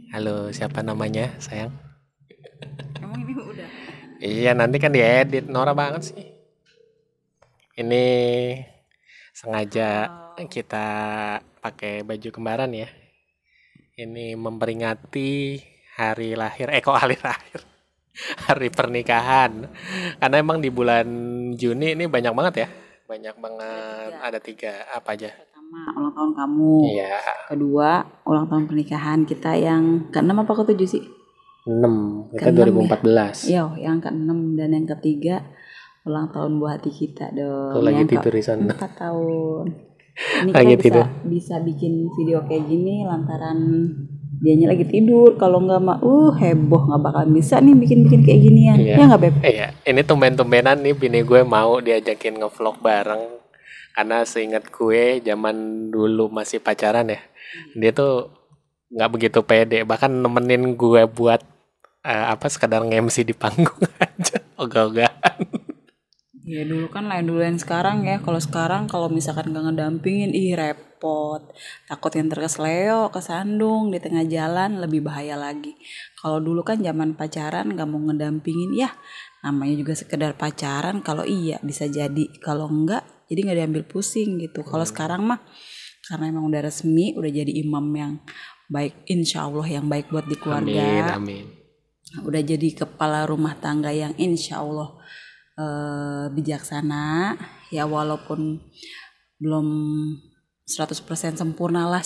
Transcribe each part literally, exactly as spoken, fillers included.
Halo, siapa namanya, sayang? Emang ini udah. Iya, nanti kan diedit. Norak banget sih. Ini sengaja Halo. kita pakai baju kembaran ya. Ini memperingati hari lahir, eh kok hari lahir? Hari pernikahan. Karena emang di bulan Juni ini banyak banget ya. Banyak Ada banget, tiga. ada tiga, apa aja? Pertama, ulang tahun kamu. Iya, Kedua, ulang tahun pernikahan kita yang keenam apa ketujuh sih? enam. Kita Keenam ya. dua ribu empat belas. Yo, yang keenam dan yang ketiga ulang tahun buah hati kita Tuh dong. lagi Yang tidur di sana. keempat tahun. Ini kita Lagi bisa tidur. bisa bikin video kayak gini lantaran dianya lagi tidur. Kalau nggak mah, uh heboh nggak bakalan bisa nih bikin-bikin kayak ginian. Iya. Ya nggak Beb? Iya, ini tumben-tumbenan nih bini gue mau diajakin ngevlog bareng. Karena seingat gue zaman dulu masih pacaran ya. Dia tuh nggak begitu pede, bahkan nemenin gue buat eh, apa sekadar nge-M C di panggung aja. Ogah-ogahan. Ya dulu kan lain dulu yang sekarang ya. Kalau sekarang kalau misalkan gak ngedampingin, ih repot. Takut yang terkesleo, kesandung di tengah jalan lebih bahaya lagi. Kalau dulu kan zaman pacaran gak mau ngedampingin, ya namanya juga sekedar pacaran. Kalau iya bisa jadi, kalau enggak jadi gak diambil pusing gitu. Kalau sekarang mah karena emang udah resmi, udah jadi imam yang baik, insya Allah yang baik buat di Amin, keluarga, amin. udah jadi kepala rumah tangga yang insya Allah eh, bijaksana ya, walaupun belum seratus persen sempurna lah,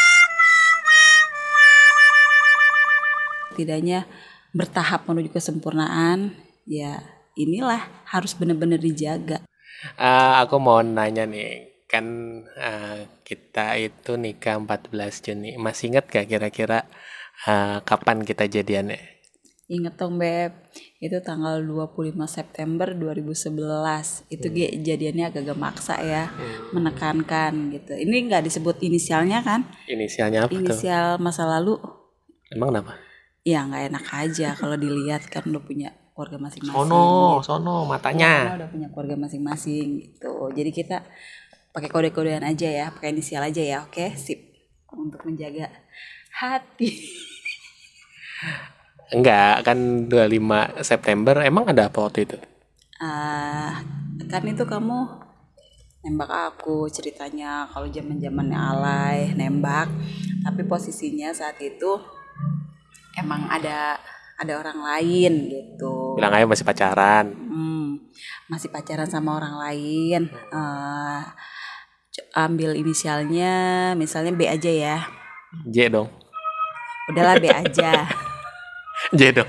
setidaknya bertahap menuju kesempurnaan ya. Inilah harus benar-benar dijaga. Eh, aku mau nanya nih, kan eh, kita itu nikah empat belas Juni. Masih ingat gak kira-kira eh, kapan kita jadiannya? Ingat dong Beb, itu tanggal dua puluh lima September dua ribu sebelas. Itu ge- jadiannya agak-agak maksa ya, menekankan gitu. Ini nggak disebut inisialnya kan? Inisialnya apa tuh? Inisial masa lalu. Emang kenapa? Ya nggak enak aja kalau dilihat kan udah punya keluarga masing-masing Sono, gitu. sono Ya, matanya. karena udah punya keluarga masing-masing gitu. Jadi kita pakai kode-kodean aja ya, pakai inisial aja ya, oke? Sip. Untuk menjaga hati. Enggak, kan dua puluh lima September. Emang ada apa waktu itu? Ah, kan itu kamu nembak aku ceritanya kalau zaman-zamannya alay nembak, tapi posisinya saat itu emang ada ada orang lain gitu. Bilang aja masih pacaran. Hmm, masih pacaran sama orang lain. Eh, c- ambil inisialnya, misalnya B aja ya. J dong. Udahlah B aja. J dong.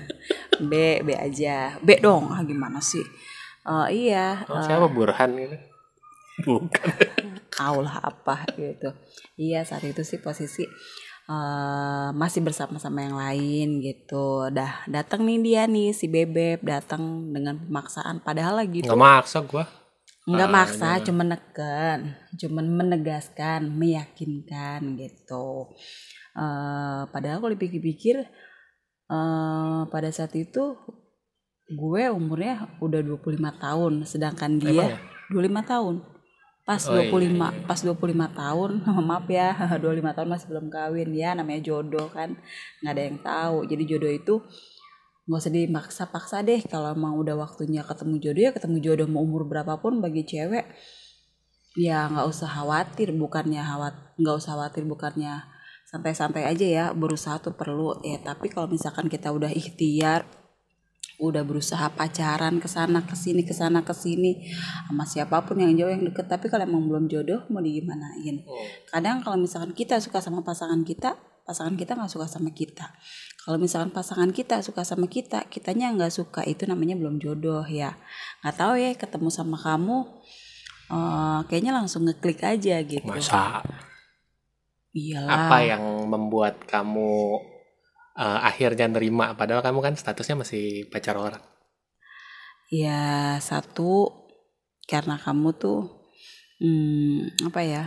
B, B aja. B dong. Ah gimana sih? Eh, iya, Oh, eh, siapa Burhan gitu? Bukan. kau lah apa gitu. Iya, saat itu sih posisi eh, masih bersama-sama yang lain gitu. Dah datang nih dia nih si Bebek datang dengan pemaksaan, padahal lagi Nggak tuh maksa gua. nggak Ah, maksa, cuman neken, cuman menegaskan, meyakinkan gitu. Eh, padahal kalau dipikir-pikir, eh, pada saat itu gue umurnya udah dua puluh lima tahun, sedangkan Emang dia ya? dua puluh lima tahun. Pas Oh dua puluh lima, iya. pas dua puluh lima tahun, maaf ya, dua puluh lima tahun masih belum kawin ya, namanya jodoh kan, nggak ada yang tahu. Jadi jodoh itu nggak usah dimaksa-paksa deh. Kalau emang udah waktunya ketemu jodoh ya ketemu jodoh, mau umur berapapun bagi cewek ya nggak usah khawatir, bukannya khawat nggak usah khawatir bukannya santai-santai aja ya, berusaha tuh perlu ya. Tapi kalau misalkan kita udah ikhtiar, udah berusaha pacaran kesana kesini kesana kesini sama siapapun yang jauh yang deket, tapi kalau emang belum jodoh mau digimanain. Kadang kalau misalkan kita suka sama pasangan kita, pasangan kita nggak suka sama kita. Kalau misalkan pasangan kita suka sama kita, kitanya nggak suka, itu namanya belum jodoh ya. Nggak tahu ya, ketemu sama kamu eh, kayaknya langsung ngeklik aja gitu. Masa? Iyalah. Apa yang membuat kamu eh, akhirnya nerima? Padahal kamu kan statusnya masih pacar orang. Ya satu, karena kamu tuh hmm, apa ya?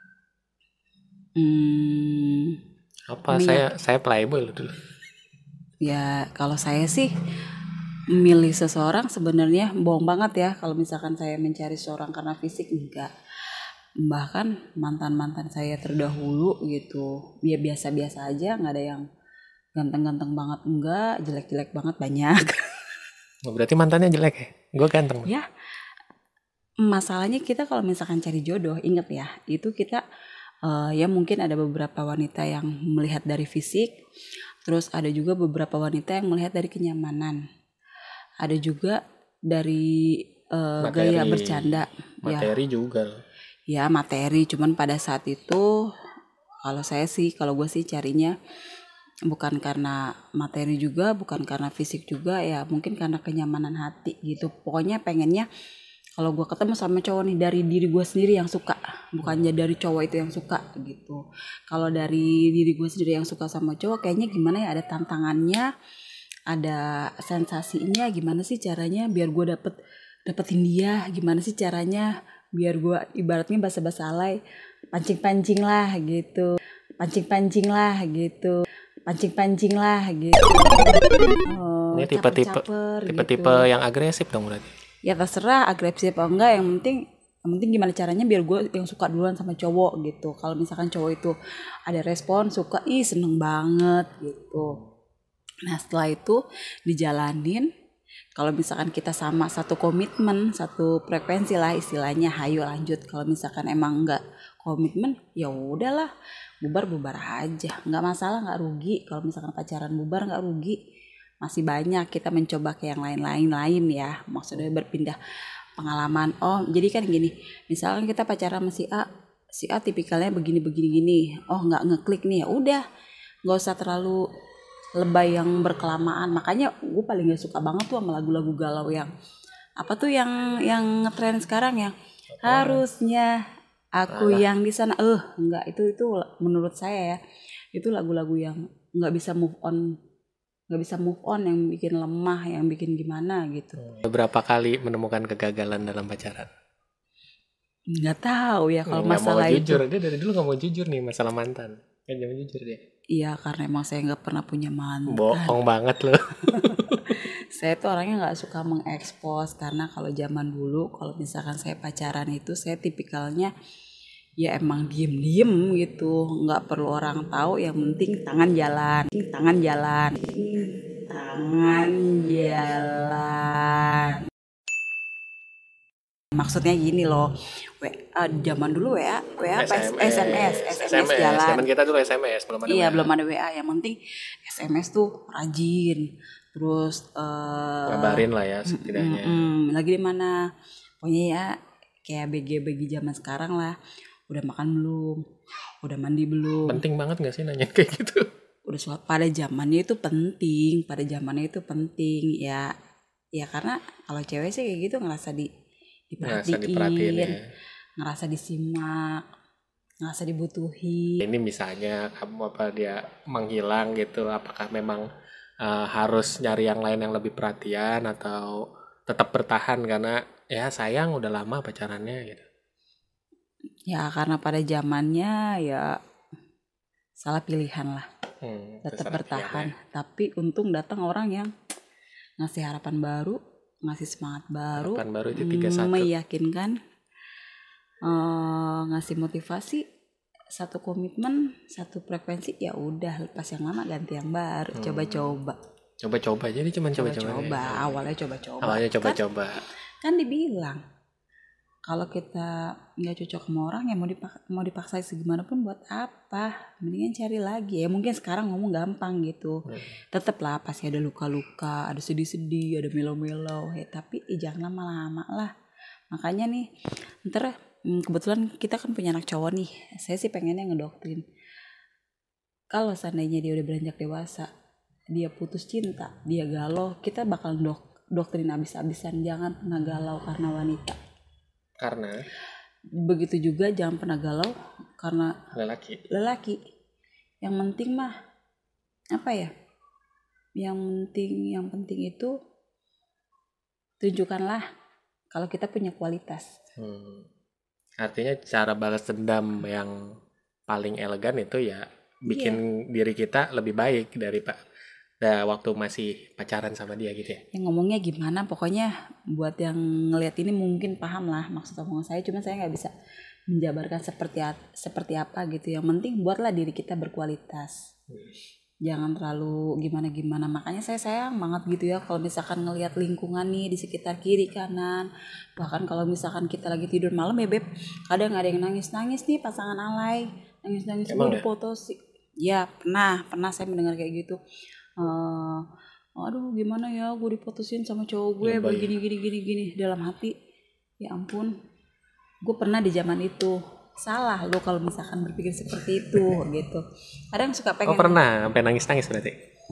Hmm, Apa? meyak Saya saya playboy loh dulu. ya kalau saya sih milih seseorang sebenarnya bohong banget ya kalau misalkan saya mencari seseorang karena fisik, enggak. Bahkan mantan-mantan saya terdahulu gitu ya biasa-biasa aja, nggak ada yang ganteng-ganteng banget enggak, jelek-jelek banget banyak. Berarti mantannya jelek ya? Gue ganteng. Ya, masalahnya kita kalau misalkan cari jodoh, inget ya, itu kita uh, ya mungkin ada beberapa wanita yang melihat dari fisik, terus ada juga beberapa wanita yang melihat dari kenyamanan, ada juga dari uh, Materi, gaya bercanda. materi ya, juga. Ya materi, cuman pada saat itu kalau saya sih, kalau gue sih carinya bukan karena materi juga, bukan karena fisik juga, ya mungkin karena kenyamanan hati gitu. Pokoknya pengennya kalau gue ketemu sama cowok nih dari diri gue sendiri yang suka, bukannya dari cowok itu yang suka gitu. Kalau dari diri gue sendiri yang suka sama cowok, kayaknya gimana ya, ada tantangannya, ada sensasinya, gimana sih caranya biar gue dapet dapetin dia, gimana sih caranya biar gue ibaratnya basa-basa alay, pancing-pancing lah gitu, pancing-pancing lah gitu, pancing-pancing lah gitu. Oh, ini tipe-tipe tipe-tipe gitu. Yang agresif dong berarti. Ya terserah agresif apa enggak, yang penting yang penting gimana caranya biar gue yang suka duluan sama cowok gitu. Kalau misalkan cowok itu ada respon suka, ih seneng banget gitu. Nah setelah itu dijalanin, kalau misalkan kita sama satu komitmen, satu frekuensi lah istilahnya, hayu lanjut. Kalau misalkan emang enggak komitmen, ya udahlah, bubar-bubar aja, nggak masalah, nggak rugi. Kalau misalkan pacaran bubar nggak rugi. Masih banyak kita mencoba ke yang lain-lain lain ya, maksudnya berpindah pengalaman. Oh jadi kan gini, misalkan kita pacaran sama si A, si A tipikalnya begini-begini gini, oh nggak ngeklik nih, ya udah, nggak usah terlalu lebay yang berkelamaan. Makanya gue paling gak suka banget tuh sama lagu-lagu galau yang apa tuh yang yang ngetren sekarang ya, harusnya aku Alah. yang di sana. Eh uh, enggak, itu itu menurut saya ya, itu lagu-lagu yang nggak bisa move on, nggak bisa move on, yang bikin lemah, yang bikin gimana gitu. Beberapa kali menemukan kegagalan dalam pacaran? Nggak tahu ya kalau masalah itu. Jujur, dia dari dulu nggak mau jujur nih masalah mantan. Kan jangan jujur dia. Iya karena emang saya nggak pernah punya mantan. Bohong banget loh. Saya tuh orangnya nggak suka mengekspos, karena kalau zaman dulu kalau misalkan saya pacaran itu saya tipikalnya ya emang diem-diem gitu, nggak perlu orang tahu, yang penting tangan jalan, tangan jalan, tangan jalan. Maksudnya gini loh, W A, zaman dulu W A, W A apa S M S, S M S, S M S jalan. Zaman kita dulu S M S, belum ada iya, W A. Iya, belum ada W A. Yang penting S M S tuh rajin. Terus uh, ngabarin lah ya setidaknya. Mm, mm, lagi di mana? Pokoknya ya kayak B G-B G zaman sekarang lah. Udah makan belum? Udah mandi belum? Penting banget gak sih nanya kayak gitu? Udah sholat. Pada zamannya itu penting, pada zamannya itu penting ya. Ya karena kalau cewek sih kayak gitu ngerasa di diperhatiin, diperhatiin ya. Ngerasa disimak, ngerasa dibutuhi. Ini misalnya kamu apa dia menghilang gitu, apakah memang uh, harus nyari yang lain yang lebih perhatian atau tetap bertahan karena ya sayang udah lama pacarannya gitu? Ya karena pada zamannya ya salah pilihan lah, hmm, tetap bertahan. Ya. Tapi untung datang orang yang ngasih harapan baru, ngasih semangat baru, harapan baru itu tiga puluh satu. Meyakinkan, uh, ngasih motivasi, satu komitmen, satu frekuensi, ya udah lepas yang lama ganti yang baru, hmm. coba-coba. Coba-coba, jadi cuma coba-coba. Coba-coba, ya. Awalnya coba-coba. Awalnya coba-coba. Kan, kan dibilang kalau kita nggak cocok sama orang ya mau dipaksa, mau dipaksa segimanapun buat apa? Mendingan cari lagi ya. Mungkin sekarang ngomong gampang gitu. Hmm. Tetep lah pasti ada luka-luka, ada sedih-sedih, ada melo-melo. Ya tapi eh, jangan lama-lama lah. Makanya nih, ntar kebetulan kita kan punya anak cowok nih. Saya sih pengennya ngedoktrin. Kalau seandainya dia udah beranjak dewasa, dia putus cinta, dia galau, kita bakal dok, doktrin abis-abisan. Jangan pernah galau karena wanita. Karena begitu juga jangan pernah galau karena lelaki. Lelaki. Yang penting mah apa ya? Yang penting yang penting itu tunjukkanlah kalau kita punya kualitas. Hmm. Artinya cara balas dendam yang paling elegan itu ya bikin yeah. diri kita lebih baik dari Pak. Nah, waktu masih pacaran sama dia gitu ya. Yang ngomongnya gimana, pokoknya buat yang ngelihat ini mungkin paham lah maksud omong saya, cuma saya nggak bisa menjabarkan seperti seperti apa gitu. Yang penting buatlah diri kita berkualitas. jangan terlalu gimana-gimana. Makanya saya sayang banget gitu ya kalau misalkan ngelihat lingkungan nih di sekitar kiri kanan. Bahkan kalau misalkan kita lagi tidur malam ya Beb, kadang ada yang nangis-nangis nih pasangan alay, nangis-nangis gue Emang ya? dipoto sih. Ya pernah, pernah saya mendengar kayak gitu. Eh, aduh gimana ya gue diputusin sama cowok gue Lebay. begini gini gini gini dalam hati. Ya ampun, gue pernah di zaman itu. Salah lo kalau misalkan berpikir seperti itu gitu. Kadang suka Oh pengen pernah sampai nangis-nangis berarti.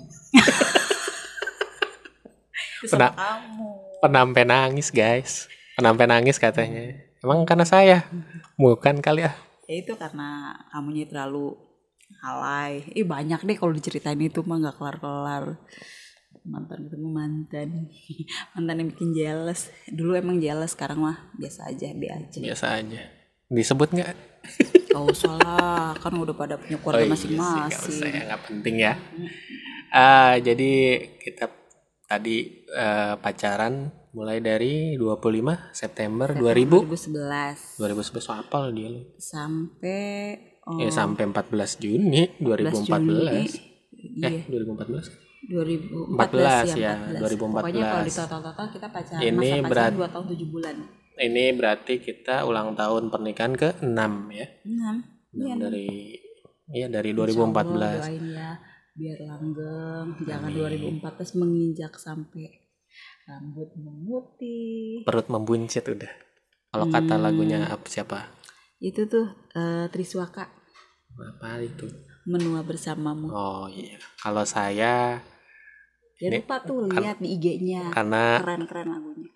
itu sama Pernah kamu. pernah sampai nangis guys. Pernah sampai nangis katanya. Emang karena saya? Bukan kali ah. Ya itu karena kamunya terlalu alay. Ih banyak deh kalau diceritain itu mah nggak kelar-kelar. Mantan ketemu mantan. Mantan yang bikin jealous. Dulu emang jealous, sekarang mah biasa aja, be aja. Biasa aja. Disebut nggak? Gak usah lah, kan udah pada punya Oh keluarga iya sih, nggak usah masing-masing. ya, nggak penting ya. Ah, jadi kita tadi eh, pacaran mulai dari dua puluh lima September dua ribu. dua ribu sebelas dua ribu sebelas apal dia lu. sampai oh, Ya sampai empat belas Juni dua ribu empat belas. Juni. Eh Iya, dua ribu empat belas. dua ribu empat empat belas belas ya, ya, empat belas. dua ribu empat belas. Pokoknya kalau di total-total kita pacaran, Ini masa pacaran berat- dua tahun tujuh bulan. Ini berarti kita ulang tahun pernikahan ke enam ya. enam. Iya, enam dari Iya dari Insya dua ribu empat Allah belas. doain ya biar langgeng, jangan dua ribu empat belas menginjak sampai rambut memutih. Perut membuncit udah. Kalau kata lagunya apa siapa? Itu tuh eh, Triswaka, Apa itu? menua bersamamu. Oh iya. Kalau saya Jangan lupa tuh lihat di I G-nya, karena keren-keren lagunya.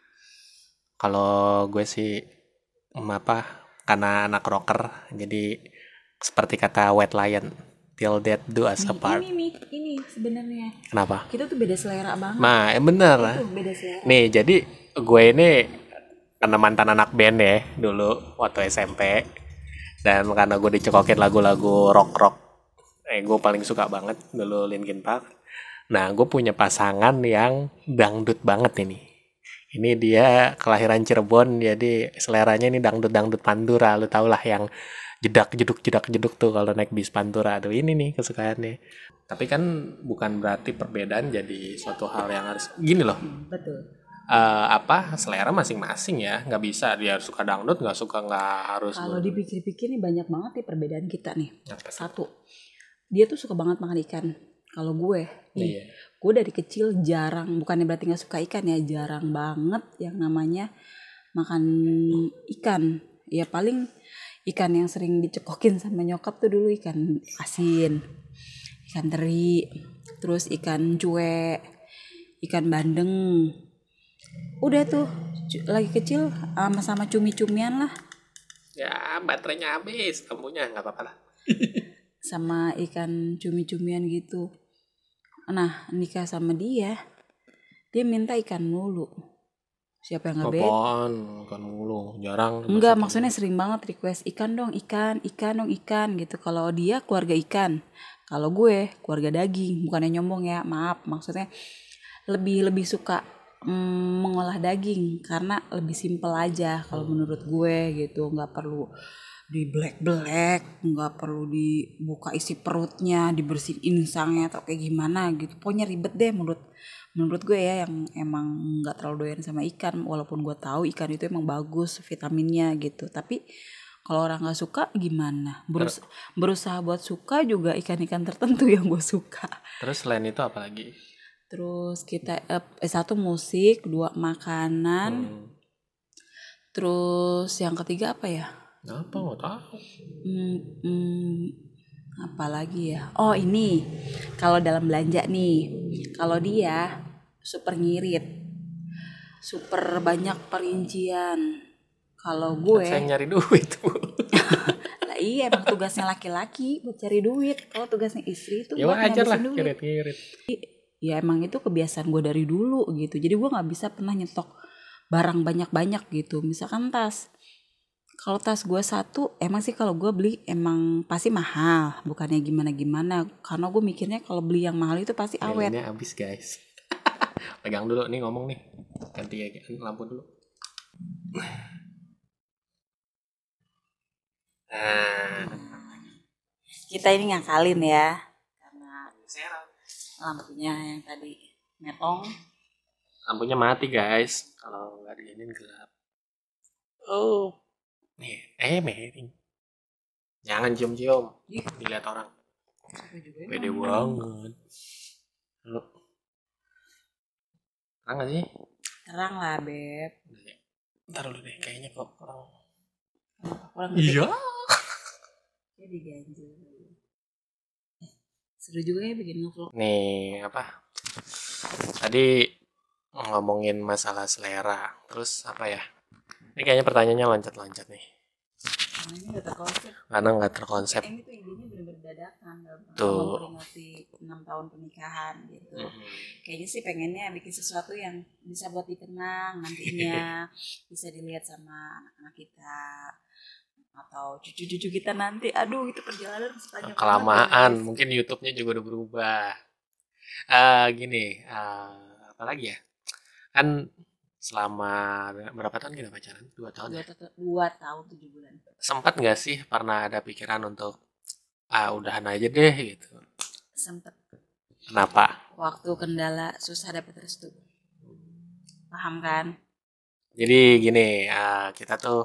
kalau gue sih em, apa? Karena anak rocker, jadi seperti kata White Lion, till death do us apart. Ini nih, ini sebenarnya Kenapa? kita tuh beda selera banget. Nah, eh, bener lah. Tuh beda selera. Nih, jadi gue ini karena mantan anak band ya dulu waktu S M P, dan karena gue dicekokin lagu-lagu rock-rock, eh gue paling suka banget dulu Linkin Park. Nah, gue punya pasangan yang dangdut banget ini. Ini dia kelahiran Cirebon, jadi seleranya ini dangdut-dangdut Pantura, lu tau lah yang jedak jeduk jedak jeduk tuh kalau naik bis Pantura. Aduh ini nih kesukaannya. Tapi kan bukan berarti perbedaan jadi suatu hal yang harus gini loh. Betul. Eh, apa selera masing-masing ya, nggak bisa dia suka dangdut nggak suka nggak harus. Kalau dipikir-pikir nih banyak banget nih perbedaan kita nih. Apa sih? Satu, dia tuh suka banget makan ikan. Kalau gue, nih, Iya. gue dari kecil jarang, bukannya berarti nggak suka ikan ya, jarang banget yang namanya makan ikan. Ya paling ikan yang sering dicekokin sama nyokap tuh dulu ikan asin, ikan teri, terus ikan cuek, ikan bandeng. Udah tuh cu- lagi kecil sama-sama cumi-cumian lah, Ya baterainya habis, lampunya nggak apa-apa lah. sama ikan cumi-cumian gitu. Nah nikah sama dia, dia minta ikan mulu. Siapa yang nggak beda? Apaan kan mulu, jarang. Enggak, maksudnya sering banget request ikan dong, ikan, ikan dong, ikan gitu. Kalau dia keluarga ikan, kalau gue keluarga daging. Bukannya nyombong ya, maaf. Maksudnya lebih lebih suka mm, mengolah daging karena lebih simpel aja kalau menurut gue gitu. Nggak perlu di black black, nggak perlu dibuka isi perutnya, dibersihin insangnya atau kayak gimana gitu. Pokoknya ribet deh menurut menurut gue ya, yang emang nggak terlalu doyan sama ikan, walaupun gue tahu ikan itu emang bagus vitaminnya gitu. Tapi kalau orang nggak suka gimana? Berus- berusaha buat suka juga ikan-ikan tertentu yang gue suka. Terus selain itu apa lagi? Terus kita eh, satu musik, dua makanan, Hmm. terus yang ketiga apa ya? Apa nggak tahu. Hmm, hmm, apa lagi ya? Oh ini, kalau dalam belanja nih, kalau dia super ngirit, super banyak perincian. Kalau gue, Saya nyari duit bu. lah iya emang tugasnya laki-laki buat cari duit. Kalau tugasnya istri itu Ya buat wajar lah ngabisin duit. kirit-kirit. Ya emang itu kebiasaan gue dari dulu gitu. Jadi gue nggak bisa pernah nyetok barang banyak-banyak gitu. Misalkan tas. Kalau tas gue satu, emang sih kalau gue beli emang pasti mahal, bukannya gimana-gimana. Karena gue mikirnya kalau beli yang mahal itu pasti awet. Ini habis guys. Pegang dulu nih ngomong nih. Ganti lampu dulu. Nah, Kita ini ngakalin ya, karena geseran. Lampunya yang tadi metong. Lampunya mati guys, kalau nggak diinin gelap. Oh, nih, eh mering. Jangan cium-cium, dilihat orang. Pede banget. Lu, terang nggak sih? Terang lah beb. Ntar dulu deh, kayaknya kok kurang. Kurang Iya. Jadi ganjil. Seru juga ya bikin ngevlog. Nih apa? Tadi ngomongin masalah selera, terus apa ya? Ini kayaknya pertanyaannya loncat-loncat nih. Karena ini gak terkonsep. Karena nggak terkonsep. Ini tuh idenya bener-bener dadakan dalam Tuh. memperingati enam tahun pernikahan gitu. Mm-hmm. Kayaknya sih pengennya bikin sesuatu yang bisa buat dikenang nantinya, bisa dilihat sama anak-anak kita atau cucu-cucu kita nanti. Aduh, itu perjalanan sepanjang kelamaan, ya, mungkin YouTube-nya juga udah berubah. Uh, gini, uh, apa lagi ya? Kan selama berapa tahun kita pacaran? Dua tahun dua, ya? Dua tahun tujuh bulan. Sempat nggak sih pernah ada pikiran untuk ah udahan aja deh gitu? Sempet. Kenapa? Waktu kendala susah dapet restu. Paham kan? Jadi gini, uh, kita tuh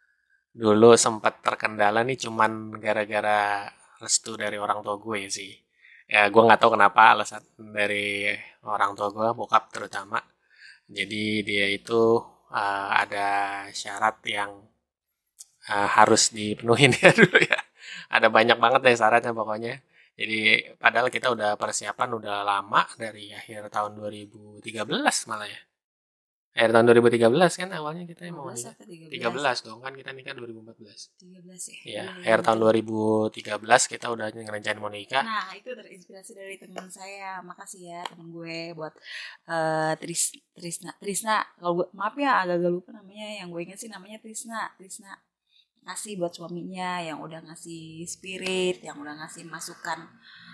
dulu sempat terkendala nih cuman gara-gara restu dari orang tua gue sih. Ya gue nggak tahu kenapa alasan dari orang tua gue, bokap terutama. Jadi dia itu uh, ada syarat yang uh, harus dipenuhin ya dulu ya. Ada banyak banget deh syaratnya pokoknya. Jadi padahal kita udah persiapan udah lama dari akhir tahun dua ribu tiga belas malah ya. Akhir tahun dua ribu tiga belas kan awalnya kita mau nikah. tiga belas dong kan kita nikah dua ribu empat belas. tiga belas ya. Iya, akhir tahun dua ribu tiga belas kita udah ngerencanain mau nikah. Nah, itu terinspirasi dari teman saya. Makasih ya teman gue buat uh, Tris Trisna. Trisna, kalau gue maaf ya agak-agak lupa namanya. Yang gue ingat sih namanya Trisna. Trisna. Ngasih buat suaminya yang udah ngasih spirit, yang udah ngasih masukan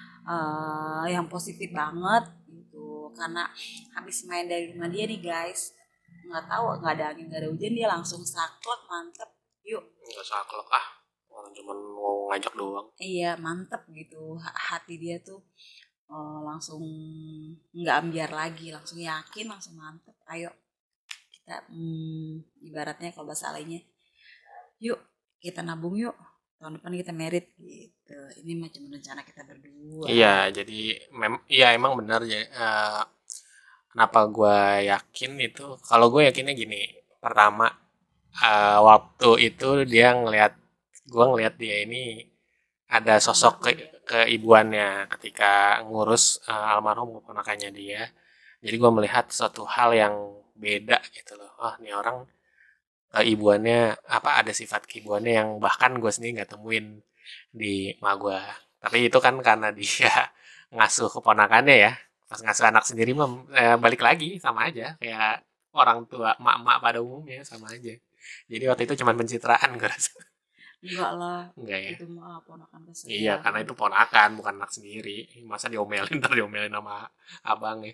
uh, yang positif banget gitu. Karena habis main dari rumah dia nih, guys. Nggak tahu, nggak ada angin, nggak ada hujan, dia langsung saklek, mantep, yuk. Nggak saklek ah, orang cuma mau ngajak doang. Iya, mantep gitu, hati dia tuh uh, langsung nggak ambiar lagi, langsung yakin, langsung mantep. Ayo kita hmm, ibaratnya kalau bahasa lainnya, yuk kita nabung yuk, tahun depan kita merit gitu. Ini macam rencana kita berdua. Iya, jadi mem, iya emang benar ya. Uh, Kenapa gue yakin itu? Kalau gue yakinnya gini, pertama uh, waktu itu dia ngelihat, gue ngelihat dia ini ada sosok ke, keibuannya ketika ngurus uh, almarhum keponakannya dia. Jadi gue melihat suatu hal yang beda gitu loh. Oh, ini orang keibuannya apa? Ada sifat keibuannya yang bahkan gue sendiri nggak temuin di emak gue. Tapi itu kan karena dia ngasuh keponakannya ya. Pas ngasuh anak sendiri mah eh, balik lagi sama aja kayak orang tua emak-emak pada umumnya sama aja. Jadi waktu itu cuma pencitraan gue rasa. Enggak lah. Enggak ya. Itu mah ponakan kesayangan. Iya, karena itu ponakan bukan anak sendiri. Masa diomelin ntar diomelin sama abangnya.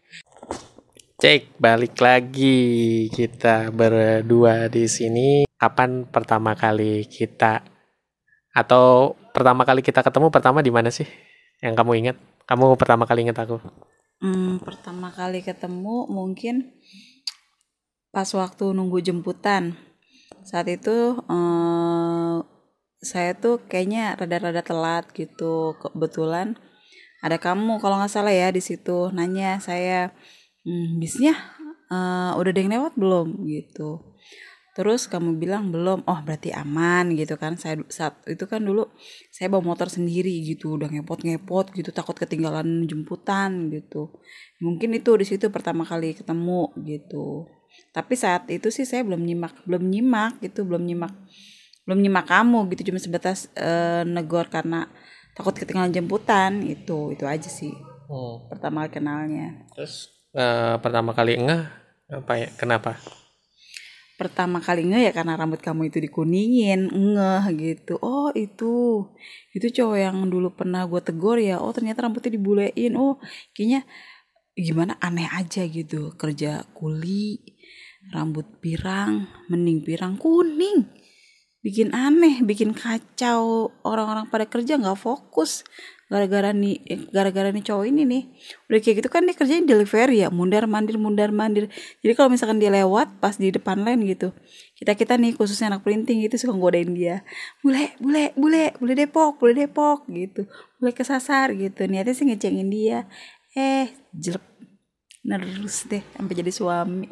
Cek balik lagi kita berdua di sini. Kapan pertama kali kita atau pertama kali kita ketemu pertama di mana sih? Yang kamu ingat? Kamu pertama kali ingat aku? Hmm, pertama kali ketemu mungkin pas waktu nunggu jemputan. Saat itu eh, saya tuh kayaknya rada-rada telat gitu. Kebetulan ada kamu kalau nggak salah ya di situ nanya saya, hmm, bisnya eh, udah ada yang lewat belum gitu. Terus kamu bilang belum, oh berarti aman gitu kan. Saya saat itu kan dulu saya bawa motor sendiri gitu, udah ngepot-ngepot gitu, takut ketinggalan jemputan gitu. Mungkin itu di situ pertama kali ketemu gitu. Tapi saat itu sih saya belum nyimak, belum nyimak gitu, belum nyimak, belum nyimak kamu gitu, cuma sebatas uh, negor karena takut ketinggalan jemputan itu, itu aja sih. Hmm. Pertama kali kenalnya. Terus uh, pertama kali enggak apa ya? Kenapa? Pertama kali ngeh ya karena rambut kamu itu dikuningin, ngeh gitu. Oh itu, itu cowok yang dulu pernah gue tegur ya. Oh ternyata rambutnya dibulein. Oh kayaknya gimana aneh aja gitu. Kerja kuli, rambut pirang, mending pirang kuning. Bikin aneh, bikin kacau. Orang-orang pada kerja gak fokus. gara-gara nih eh, gara-gara nih cowok ini nih udah kayak gitu kan dia kerjanya delivery ya, mundar mandir mundar mandir. Jadi kalau misalkan dia lewat pas di depan line gitu, kita kita nih khususnya anak printing gitu suka godain dia, bule bule bule bule Depok bule Depok gitu, bule kesasar gitu, niatnya sih ngecengin dia, eh jelek nerus deh sampai jadi suami.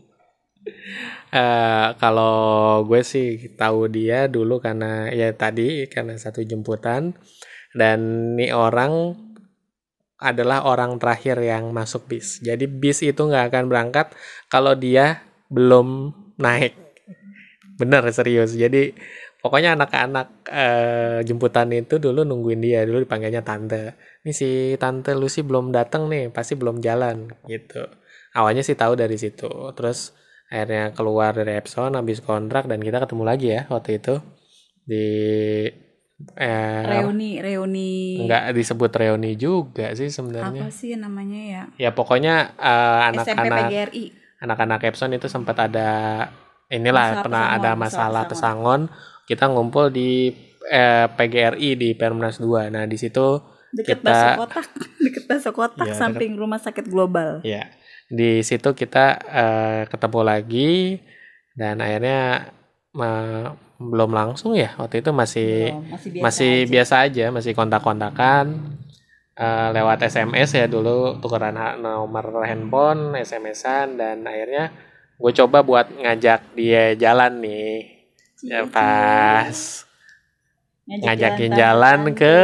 Eh, kalau gue sih tahu dia dulu karena ya tadi karena satu jemputan, dan nih orang adalah orang terakhir yang masuk bis. Jadi bis itu nggak akan berangkat kalau dia belum naik. Bener serius. Jadi pokoknya anak-anak eh, jemputan itu dulu nungguin dia, dulu dipanggilnya tante. Ini si tante Lucy belum datang nih, pasti belum jalan gitu. Awalnya sih tahu dari situ. Terus akhirnya keluar dari Epson habis kontrak dan kita ketemu lagi ya waktu itu di eh, Reuni reuni nggak disebut reuni juga sih apa sebenarnya. sih namanya ya, Ya pokoknya eh, S M P anak-anak P G R I. anak-anak Epson itu sempat ada inilah Masalah pernah pesangon, ada masalah masalah pesangon. pesangon, kita ngumpul di eh, P G R I di Perumnas dua. Nah, di situ Deket bakso kita kotak, deket bakso kotak ya deket, samping rumah sakit global. ya di situ kita eh, ketemu lagi dan akhirnya eh, belum langsung ya waktu itu masih Belum, masih biasa masih aja. biasa aja, masih kontak-kontakan eh, lewat S M S ya dulu, tukeran ha- nomor handphone, S M S-an, dan akhirnya gue coba buat ngajak dia jalan nih. Ya, Cie, pas Ngajak ngajakin tanpa jalan tante. ke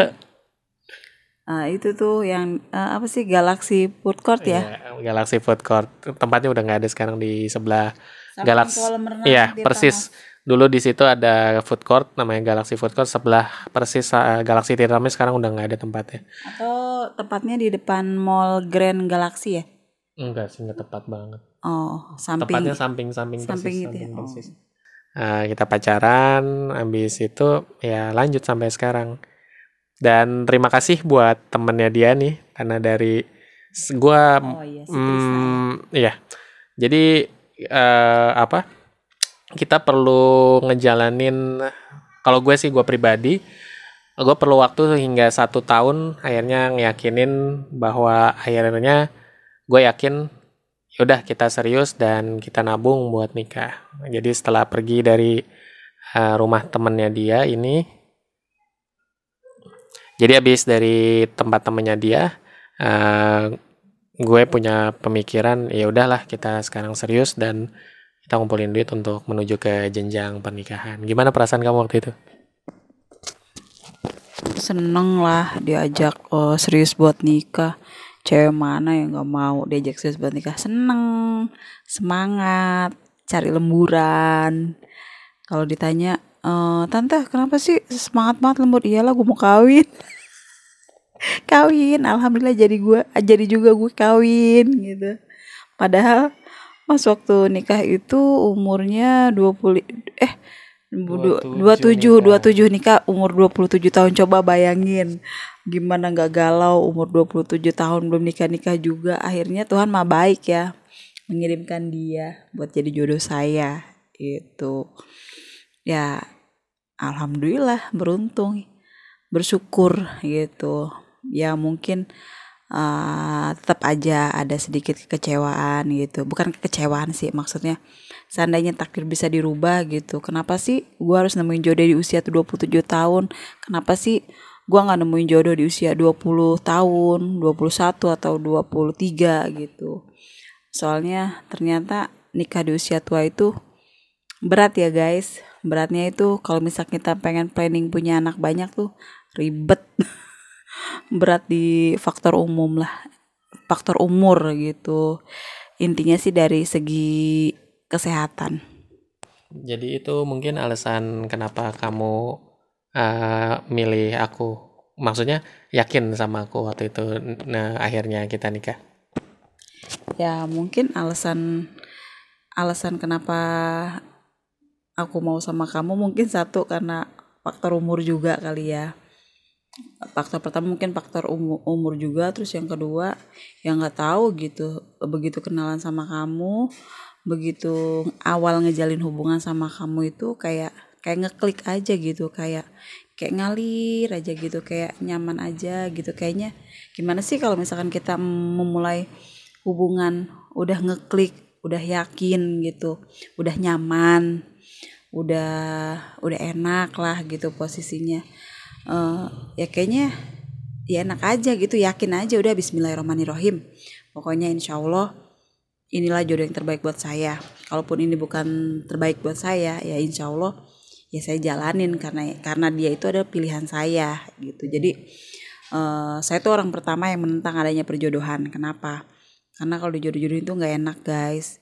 Ah, itu tuh yang eh, apa sih Galaxy Food Court ya? ya, Galaxy Food Court. Tempatnya udah nggak ada sekarang, di sebelah Samping Galaxy. kolam renang Iya, Tirta persis. Mas. Dulu di situ ada food court namanya Galaxy Food Court, sebelah persis eh, Galaxy Tirta Mas, sekarang udah nggak ada tempatnya. Atau tepatnya di depan Mall Grand Galaxy ya? Enggak sih, nggak tepat banget. Oh, samping Tepatnya samping-samping persis, samping itu ya. samping Oh. persis. Eh, kita pacaran, habis itu ya lanjut sampai sekarang. Dan terima kasih buat temennya dia nih, karena dari s- gua Oh iya si Krisna ya. mm, iya. Jadi eh, apa? Kita perlu ngejalanin, kalau gue sih gue pribadi, gue perlu waktu hingga satu tahun akhirnya ngeyakinin bahwa akhirnya gue yakin yaudah kita serius dan kita nabung buat nikah. Jadi setelah pergi dari eh, rumah temennya dia ini, jadi habis dari tempat temennya dia, eh, gue punya pemikiran ya udahlah kita sekarang serius dan kita ngumpulin duit untuk menuju ke jenjang pernikahan. Gimana perasaan kamu waktu itu? Seneng lah diajak oh, serius buat nikah. Cewek mana yang gak mau diajak serius buat nikah? Seneng, semangat, cari lemburan. Kalau ditanya, e, tante kenapa sih semangat banget lembur? Iyalah gue mau kawin. Kawin, alhamdulillah jadi gue, jadi juga gue kawin gitu. Padahal pas waktu nikah itu umurnya dua puluh eh dua puluh tujuh dua puluh tujuh nikah umur dua puluh tujuh tahun. Coba bayangin gimana nggak galau umur dua puluh tujuh tahun belum nikah-nikah juga. Akhirnya Tuhan mah baik ya, mengirimkan dia buat jadi jodoh saya itu. Ya alhamdulillah, beruntung, bersyukur gitu. Ya mungkin uh, tetap aja ada sedikit kekecewaan gitu. Bukan kekecewaan sih, maksudnya seandainya takdir bisa dirubah gitu. Kenapa sih gue harus nemuin jodoh di usia dua puluh tujuh tahun? Kenapa sih gue gak nemuin jodoh di usia dua puluh tahun, dua puluh satu atau dua puluh tiga gitu. Soalnya ternyata nikah di usia tua itu berat ya guys. Beratnya itu kalau misalnya kita pengen planning punya anak banyak tuh ribet. Berat di faktor umum lah, faktor umur gitu. Intinya sih dari segi kesehatan. Jadi itu mungkin alasan kenapa kamu uh, milih aku. Maksudnya yakin sama aku waktu itu, nah akhirnya kita nikah. Ya mungkin alasan alasan kenapa aku mau sama kamu mungkin satu karena faktor umur juga kali ya. Faktor pertama mungkin faktor umur, umur juga, terus yang kedua yang nggak tahu gitu, begitu kenalan sama kamu, begitu awal ngejalin hubungan sama kamu itu kayak kayak ngeklik aja gitu, kayak kayak ngalir aja gitu, kayak nyaman aja gitu. Kayaknya gimana sih kalau misalkan kita memulai hubungan udah ngeklik, udah yakin gitu, udah nyaman, udah udah enak lah gitu posisinya. Eh, ya kayaknya ya enak aja gitu, yakin aja udah bismillahirrahmanirrahim. Pokoknya insya Allah inilah jodoh yang terbaik buat saya. Kalaupun ini bukan terbaik buat saya, ya insya Allah ya saya jalanin karena karena dia itu adalah pilihan saya gitu. Jadi uh, saya tuh orang pertama yang menentang adanya perjodohan. Kenapa? Karena kalau dijodoh-jodohin itu nggak enak guys.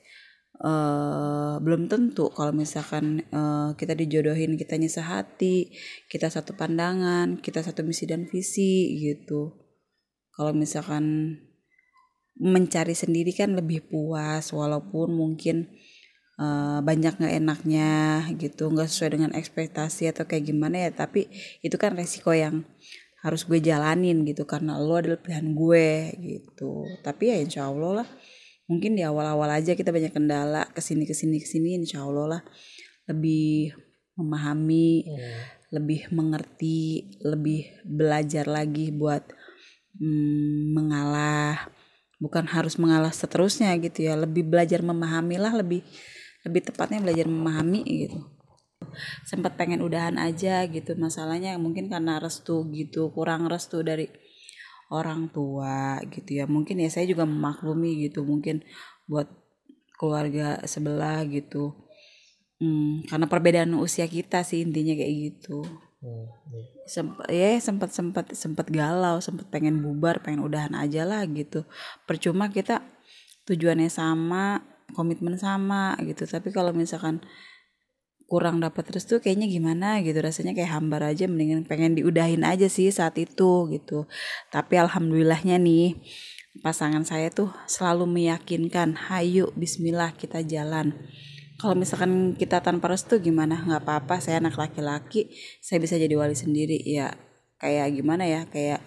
Uh, belum tentu kalau misalkan uh, kita dijodohin kitanya sehati, kita satu pandangan, kita satu misi dan visi gitu. Kalau misalkan mencari sendiri kan lebih puas, walaupun mungkin uh, banyak nggak enaknya gitu, nggak sesuai dengan ekspektasi atau kayak gimana ya, tapi itu kan resiko yang harus gue jalanin gitu karena lo adalah pilihan gue gitu. Tapi ya insya Allah lah, mungkin di awal-awal aja kita banyak kendala, kesini kesini kesini insya Allah lah lebih memahami, hmm. lebih mengerti, lebih belajar lagi buat hmm, mengalah. Bukan harus mengalah seterusnya gitu ya, lebih belajar memahami lah, lebih lebih tepatnya belajar memahami gitu. Sempat pengen udahan aja gitu, masalahnya mungkin karena restu gitu, kurang restu dari orang tua gitu ya. Mungkin ya saya juga memaklumi gitu, mungkin buat keluarga sebelah gitu, hmm, karena perbedaan usia kita sih intinya kayak gitu. Hmm, iya. Sempat ya sempat sempat sempat galau, sempat pengen bubar, pengen udahan aja lah gitu. Percuma kita tujuannya sama, komitmen sama gitu, tapi kalau misalkan kurang dapat restu kayaknya gimana gitu, rasanya kayak hambar aja, mendingan pengen diudahin aja sih saat itu gitu. Tapi alhamdulillahnya nih pasangan saya tuh selalu meyakinkan, hayu bismillah kita jalan. Kalau misalkan kita tanpa restu gimana? Nggak apa-apa, saya anak laki-laki, saya bisa jadi wali sendiri. Ya kayak gimana ya, kayak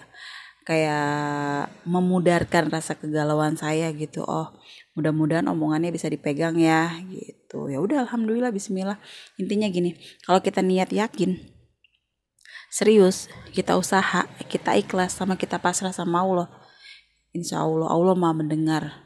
kayak memudarkan rasa kegalauan saya gitu. Oh mudah-mudahan omongannya bisa dipegang ya gitu. Ya udah alhamdulillah bismillah. Intinya gini, kalau kita niat yakin, serius, kita usaha, kita ikhlas, sama kita pasrah sama Allah, insya Allah Allah maha mendengar.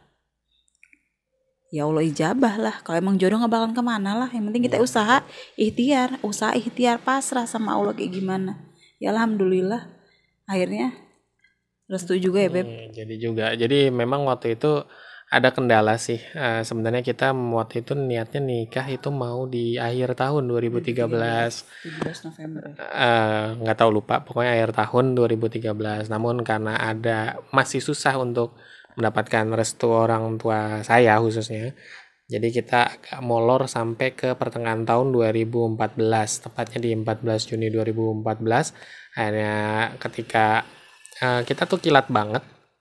Ya Allah ijabah lah. Kalau emang jodoh gak bakalan kemana lah. Yang penting kita usaha, ikhtiar, usaha ikhtiar, pasrah sama Allah kayak gimana. Ya alhamdulillah akhirnya restu juga ya Beb. Hmm, jadi juga. Jadi memang waktu itu ada kendala sih. Uh, sebenarnya kita waktu itu niatnya nikah itu mau di akhir tahun dua ribu tiga belas. tujuh belas November. Uh, nggak tahu lupa. Pokoknya akhir tahun dua ribu tiga belas. Namun karena ada masih susah untuk mendapatkan restu orang tua saya khususnya, jadi kita agak molor sampai ke pertengahan tahun dua ribu empat belas, tepatnya di empat belas Juni dua ribu empat belas. Akhirnya ketika uh, kita tuh kilat banget,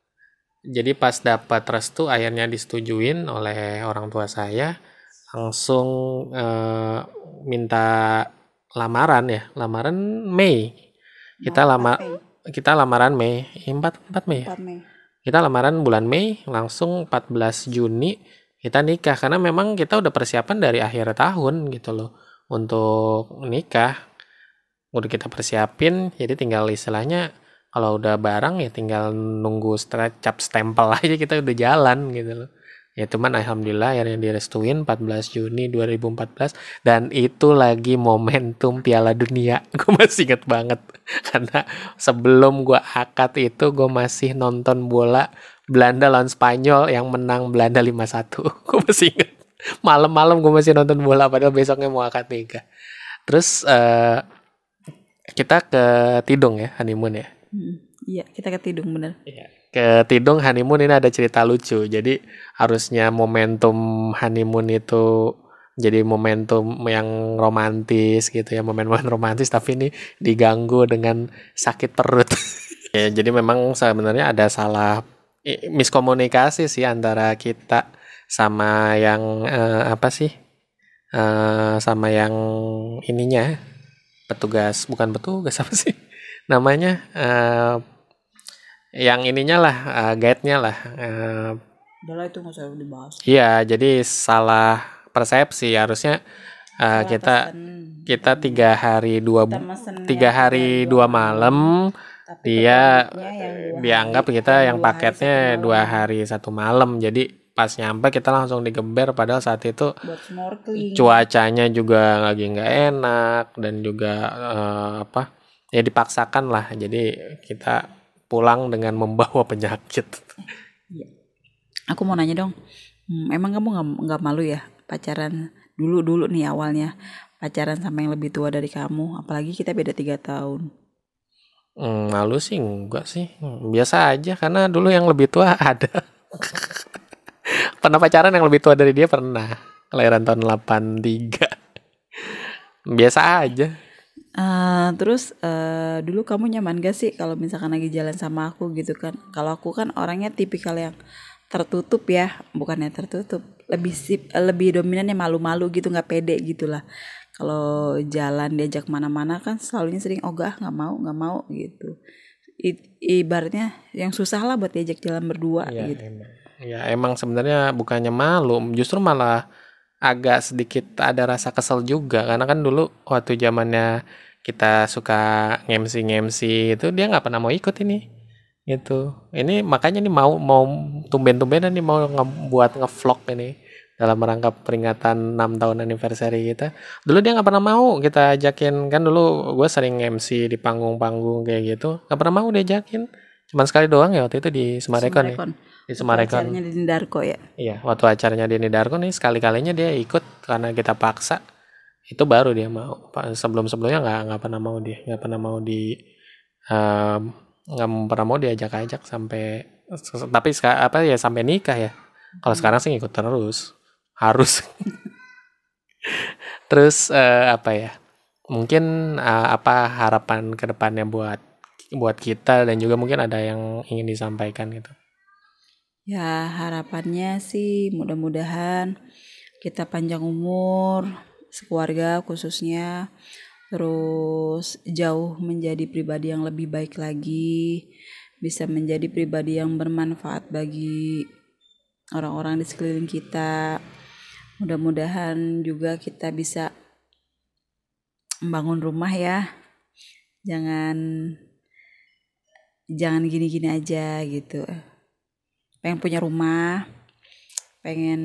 jadi pas dapat restu akhirnya disetujuin oleh orang tua saya, langsung uh, minta lamaran ya, lamaran Mei. Kita lama kita lamaran Mei, empat Mei. empat Mei. Kita lamaran bulan Mei, langsung empat belas Juni kita nikah. Karena memang kita udah persiapan dari akhir tahun gitu loh untuk nikah. Udah kita persiapin, jadi tinggal istilahnya kalau udah barang ya tinggal nunggu cap stempel aja, kita udah jalan gitu loh. Ya cuman alhamdulillah akhirnya direstuin empat belas Juni dua ribu empat belas, dan itu lagi momentum Piala Dunia. Gue masih inget banget karena sebelum gue akad itu gue masih nonton bola Belanda lawan Spanyol yang menang Belanda lima satu. Gue masih inget malam-malam gue masih nonton bola padahal besoknya mau akad nikah. Terus uh, kita ke Tidung ya, honeymoon ya. Hmm, iya kita ke Tidung bener. Iya. Ke Tidung honeymoon ini ada cerita lucu. Jadi harusnya momentum honeymoon itu jadi momentum yang romantis gitu ya, momen-momen romantis, tapi ini diganggu dengan sakit perut. Ya, jadi memang sebenarnya ada salah miskomunikasi sih antara kita sama yang eh, apa sih? Eh, sama yang ininya petugas, bukan petugas apa sih? Namanya eh yang ininya lah, uh, guide-nya lah. Udah lah itu gak usah dibahas. Iya, jadi salah persepsi. Harusnya Uh, Salah kita pesen. kita tiga hari dua Kita bu- mesennya tiga hari dua malam. tapi Dia pemiliknya yang dua dianggap hari, kita yang dua hari paketnya satu dua malam. hari satu malam. Jadi pas nyampe kita langsung digeber. Padahal saat itu Buat snorkeling. cuacanya juga lagi nggak enak dan juga eh, apa ya dipaksakan lah. Jadi kita pulang dengan membawa penyakit. Iya. Aku mau nanya dong, hmm, emang kamu nggak nggak malu ya pacaran dulu dulu nih awalnya pacaran sama yang lebih tua dari kamu, apalagi kita beda tiga tahun. Hmm, malu sih enggak sih, biasa aja karena dulu yang lebih tua ada. Pernah pacaran yang lebih tua dari dia, pernah, kelahiran tahun delapan tiga. Biasa aja. Uh, terus uh, dulu kamu nyaman gak sih kalau misalkan lagi jalan sama aku gitu kan? Kalau aku kan orangnya tipikal yang tertutup ya, bukannya tertutup, lebih sip, lebih dominannya malu-malu gitu, nggak pede gitulah. Kalau jalan diajak mana-mana kan selalunya sering ogah nggak mau nggak mau gitu. I, ibaratnya yang susah lah buat diajak jalan berdua Ya gitu. emang, ya emang sebenarnya bukannya malu, justru malah agak sedikit ada rasa kesel juga karena kan dulu waktu zamannya kita suka ngemsi-ngemsi itu dia nggak pernah mau ikut ini gitu. Ini makanya nih mau mau tumben-tumbenan nih mau ngebuat ngevlog ini dalam rangka peringatan enam tahun anniversary kita. Dulu dia nggak pernah mau kita ajakin, kan dulu gue sering M C di panggung-panggung kayak gitu, nggak pernah mau diajakin. Cuman sekali doang ya waktu itu di Semarekon nih. Di Semarekon. Acaranya di Darko ya. Iya, waktu acaranya di Nidarko nih sekali-kalinya dia ikut karena kita paksa. Itu baru dia mau. Sebelum-sebelumnya nggak nggak pernah mau dia, nggak pernah mau di um, nggak pernah mau diajak-ajak sampai tapi apa ya sampai nikah ya. Kalau hmm. sekarang sih ngikut terus, harus. Terus uh, apa ya? Mungkin uh, apa harapan kedepannya buat buat kita dan juga mungkin ada yang ingin disampaikan gitu. Ya harapannya sih mudah-mudahan kita panjang umur sekeluarga khususnya, terus jauh menjadi pribadi yang lebih baik lagi, bisa menjadi pribadi yang bermanfaat bagi orang-orang di sekeliling kita. Mudah-mudahan juga kita bisa membangun rumah ya, jangan jangan gini-gini aja gitu. Pengen punya rumah, pengen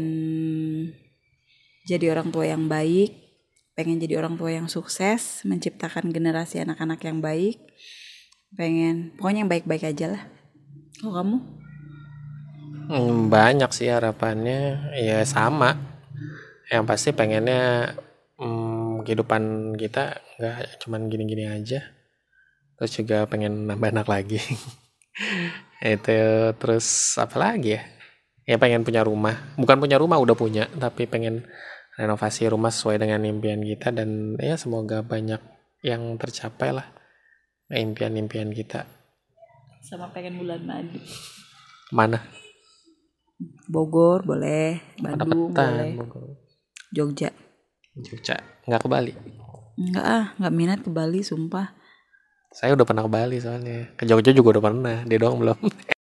jadi orang tua yang baik, pengen jadi orang tua yang sukses, menciptakan generasi anak-anak yang baik, pengen pokoknya yang baik-baik aja lah. Kalau kamu? Hmm, banyak sih harapannya, ya sama. Yang pasti pengennya hmm, kehidupan kita nggak cuman gini-gini aja. Terus juga pengen nambah anak lagi. Itu terus apa lagi ya? Ya pengen punya rumah. Bukan punya rumah, udah punya, tapi pengen renovasi rumah sesuai dengan impian kita dan ya semoga banyak yang tercapai lah impian-impian kita. Sama pengen bulan madu. Mana? Bogor boleh, Bandung boleh. Bogor. Jogja. Jogja, nggak ke Bali? Nggak ah, nggak minat ke Bali, sumpah. Saya udah pernah ke Bali soalnya. Ke Jogja juga udah pernah, dia doang belum.